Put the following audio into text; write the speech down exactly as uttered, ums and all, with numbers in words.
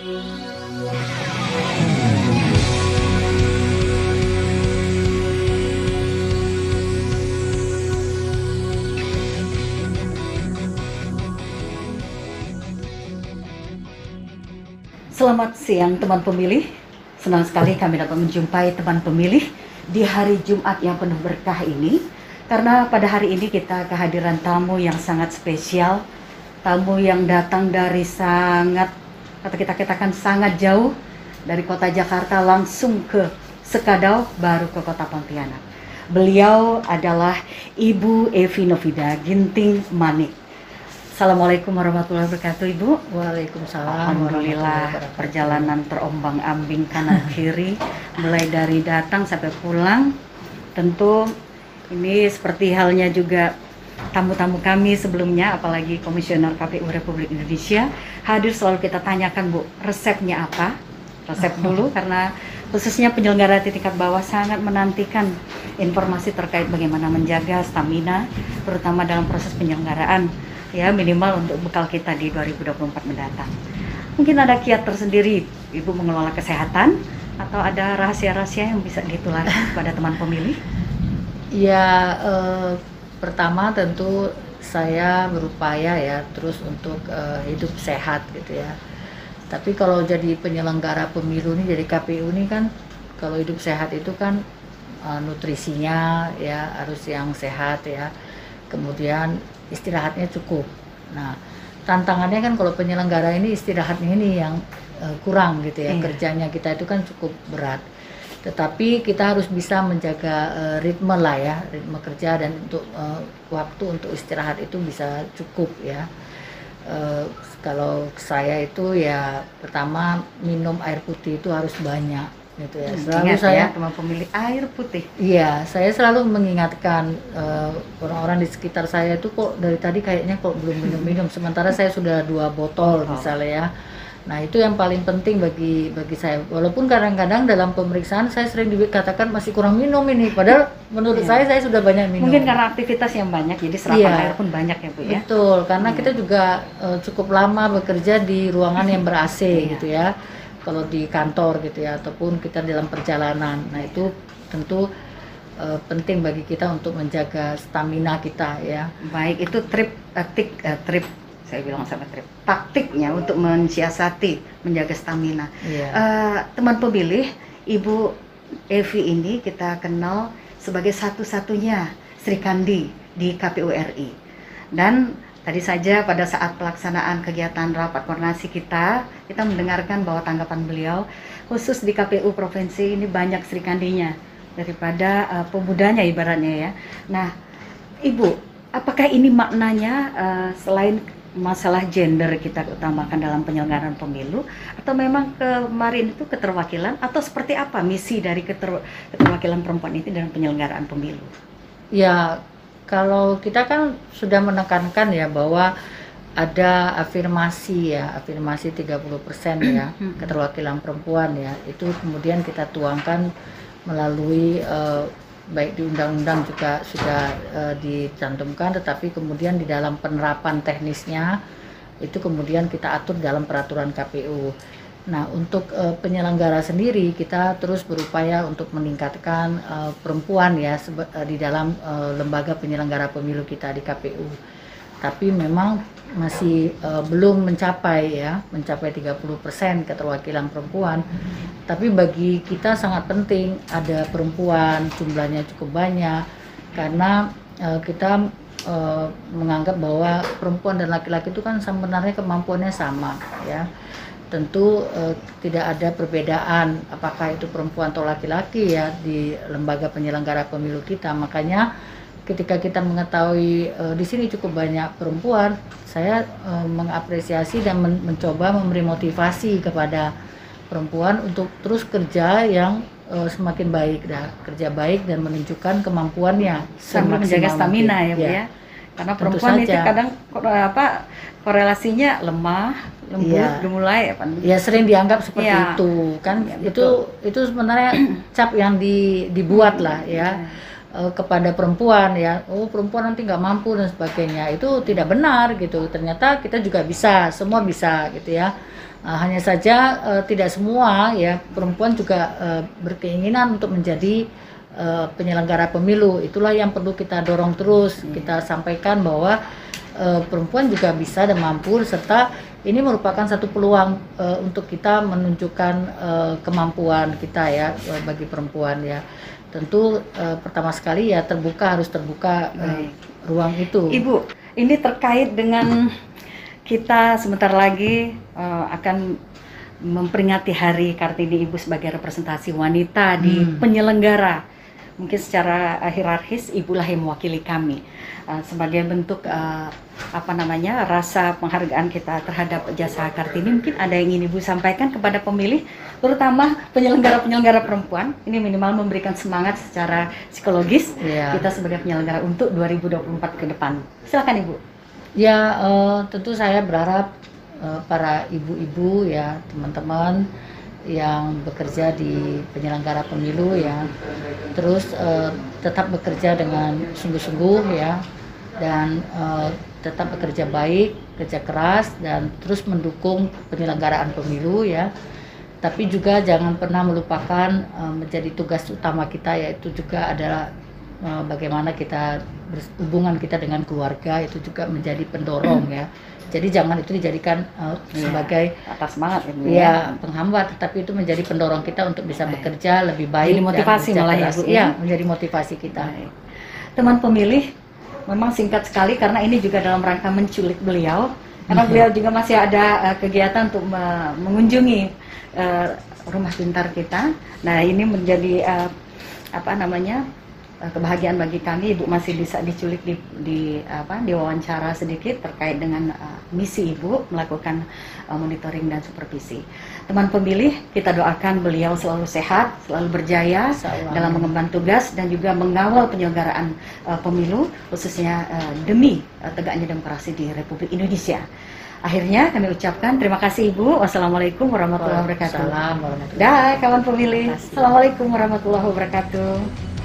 Selamat siang teman pemilih, senang sekali kami dapat menjumpai teman pemilih di hari Jumat yang penuh berkah ini. Karena pada hari ini kita kehadiran tamu yang sangat spesial, tamu yang datang dari sangat, kata kita katakan sangat jauh, dari kota Jakarta langsung ke Sekadau, baru ke kota Pontianak. Beliau adalah Ibu Evi Novida Ginting Manik. Assalamualaikum warahmatullahi wabarakatuh, Ibu. Waalaikumsalam. Alhamdulillah, perjalanan terombang-ambing kanan kiri, mulai dari datang sampai pulang. Tentu ini seperti halnya juga tamu-tamu kami sebelumnya, apalagi Komisioner K P U Republik Indonesia, hadir selalu kita tanyakan, Bu, resepnya apa? Resep dulu, karena khususnya penyelenggara di tingkat bawah sangat menantikan informasi terkait bagaimana menjaga stamina, terutama dalam proses penyelenggaraan, ya, minimal untuk bekal kita di dua ribu dua puluh empat mendatang. Mungkin ada kiat tersendiri Ibu mengelola kesehatan, atau ada rahasia-rahasia yang bisa ditularkan kepada teman pemilih? Ya, eh, pertama tentu saya berupaya ya terus untuk eh, hidup sehat gitu ya. Tapi kalau jadi penyelenggara pemilu ini, jadi K P U ini kan, kalau hidup sehat itu kan eh, nutrisinya ya harus yang sehat ya. Kemudian istirahatnya cukup. Nah, tantangannya kan kalau penyelenggara ini istirahatnya ini yang uh, kurang gitu ya. Iya. Kerjanya kita itu kan cukup berat. Tetapi kita harus bisa menjaga uh, ritme lah ya, ritme kerja, dan untuk uh, waktu untuk istirahat itu bisa cukup ya. Uh, kalau saya itu ya pertama minum air putih itu harus banyak gitu ya. Selalu Ingat saya ya, teman pemilih, air putih. Iya, saya selalu mengingatkan uh, orang-orang di sekitar saya itu kok dari tadi kayaknya kok belum minum-minum, sementara saya sudah dua botol Oh. misalnya ya. Nah, itu yang paling penting bagi bagi saya. Walaupun kadang-kadang dalam pemeriksaan saya sering dikatakan masih kurang minum ini, padahal menurut Iya. saya saya sudah banyak minum. Mungkin karena aktivitas yang banyak, jadi serapan Iya. air pun banyak ya, Bu ya. Betul, karena Iya. kita juga uh, cukup lama bekerja di ruangan yang ber-A C Iya. gitu ya. Kalau di kantor gitu ya, ataupun kita dalam perjalanan. Nah, itu tentu uh, penting bagi kita untuk menjaga stamina kita ya. Baik, itu trip, uh, tik, uh, trip, saya bilang sama trip, taktiknya untuk mensiasati, menjaga stamina. Iya. Uh, teman pemilih, Ibu Evi ini kita kenal sebagai satu-satunya Sri Kandi di K P U R I. Dan tadi saja pada saat pelaksanaan kegiatan rapat koordinasi kita, kita mendengarkan bahwa tanggapan beliau, khusus di K P U Provinsi ini banyak Sri Kandinya daripada uh, pemudanya ibaratnya ya. Nah, Ibu, apakah ini maknanya uh, selain masalah gender kita utamakan dalam penyelenggaraan pemilu, atau memang kemarin itu keterwakilan, atau seperti apa misi dari keter, keterwakilan perempuan itu dalam penyelenggaraan pemilu? Ya, kalau kita kan sudah menekankan ya bahwa ada afirmasi ya, afirmasi tiga puluh persen ya, keterwakilan perempuan ya, itu kemudian kita tuangkan melalui uh, baik di undang-undang juga sudah uh, dicantumkan, tetapi kemudian di dalam penerapan teknisnya itu kemudian kita atur dalam peraturan K P U. Nah, untuk uh, penyelenggara sendiri kita terus berupaya untuk meningkatkan uh, perempuan ya seba, uh, di dalam uh, lembaga penyelenggara pemilu kita di K P U. Tapi memang masih uh, belum mencapai ya, mencapai tiga puluh persen keterwakilan perempuan. Tapi bagi kita sangat penting ada perempuan, jumlahnya cukup banyak, karena uh, kita uh, menganggap bahwa perempuan dan laki-laki itu kan sebenarnya kemampuannya sama ya. Tentu uh, tidak ada perbedaan apakah itu perempuan atau laki-laki ya di lembaga penyelenggara pemilu kita. Makanya ketika kita mengetahui uh, di sini cukup banyak perempuan, saya uh, mengapresiasi dan men mencoba memberi motivasi kepada perempuan untuk terus kerja yang uh, semakin baik, dah kerja baik dan menunjukkan kemampuannya sambil menjaga stamina ya, Bu ya. Karena perempuan itu kadang apa korelasinya lemah, lembut, ya. gemulai apa? Ya sering dianggap seperti ya. Itu kan ya, itu itu sebenarnya cap yang di, dibuat lah ya. Kepada perempuan ya, oh perempuan nanti nggak mampu dan sebagainya, itu tidak benar gitu. Ternyata kita juga bisa, semua bisa gitu ya. Uh, hanya saja uh, tidak semua ya perempuan juga uh, berkeinginan untuk menjadi uh, penyelenggara pemilu. Itulah yang perlu kita dorong terus. Hmm. Kita sampaikan bahwa uh, perempuan juga bisa dan mampu, serta ini merupakan satu peluang uh, untuk kita menunjukkan uh, kemampuan kita ya bagi perempuan ya. Tentu uh, pertama sekali ya terbuka harus terbuka uh, ruang itu. Ibu, ini terkait dengan kita sebentar lagi uh, akan memperingati Hari Kartini Ibu sebagai representasi wanita di hmm. penyelenggara. Mungkin secara uh, hierarkis ibulah yang mewakili kami uh, sebagai bentuk uh, apa namanya rasa penghargaan kita terhadap jasa Kartini. Mungkin ada yang ingin Ibu sampaikan kepada pemilih, terutama penyelenggara-penyelenggara perempuan. Ini minimal memberikan semangat secara psikologis yeah. kita sebagai penyelenggara untuk dua ribu dua puluh empat ke depan. Silakan Ibu. Ya, uh, tentu saya berharap uh, para ibu-ibu ya, teman-teman yang bekerja di penyelenggara pemilu ya, terus uh, tetap bekerja dengan sungguh-sungguh ya, dan uh, tetap bekerja baik, kerja keras, dan terus mendukung penyelenggaraan pemilu ya. Tapi juga jangan pernah melupakan uh, menjadi tugas utama kita, yaitu juga adalah uh, bagaimana kita hubungan kita dengan keluarga, itu juga menjadi pendorong ya. Jadi jangan itu dijadikan uh, ya, sebagai atas semangat ya, ya penghambat, tetapi itu menjadi pendorong kita untuk bisa baik. bekerja lebih baik. Jadi motivasi dan malah ya, Bu, ya, menjadi motivasi kita. Baik. Teman pemilih, memang singkat sekali karena ini juga dalam rangka menculik beliau, karena beliau juga masih ada uh, kegiatan untuk me mengunjungi uh, rumah pintar kita. Nah ini menjadi uh, apa namanya kebahagiaan bagi kami, Ibu masih bisa diculik di, di apa diwawancara sedikit terkait dengan uh, misi Ibu melakukan uh, monitoring dan supervisi. Teman pemilih, kita doakan beliau selalu sehat, selalu berjaya Salam. dalam mengemban tugas dan juga mengawal penyelenggaraan uh, pemilu, khususnya uh, demi uh, tegaknya demokrasi di Republik Indonesia. Akhirnya kami ucapkan terima kasih Ibu. Wassalamualaikum warahmatullahi wabarakatuh. Waalaikumsalam warahmatullahi wabarakatuh. Dah kawan pemilih. Assalamualaikum warahmatullahi wabarakatuh.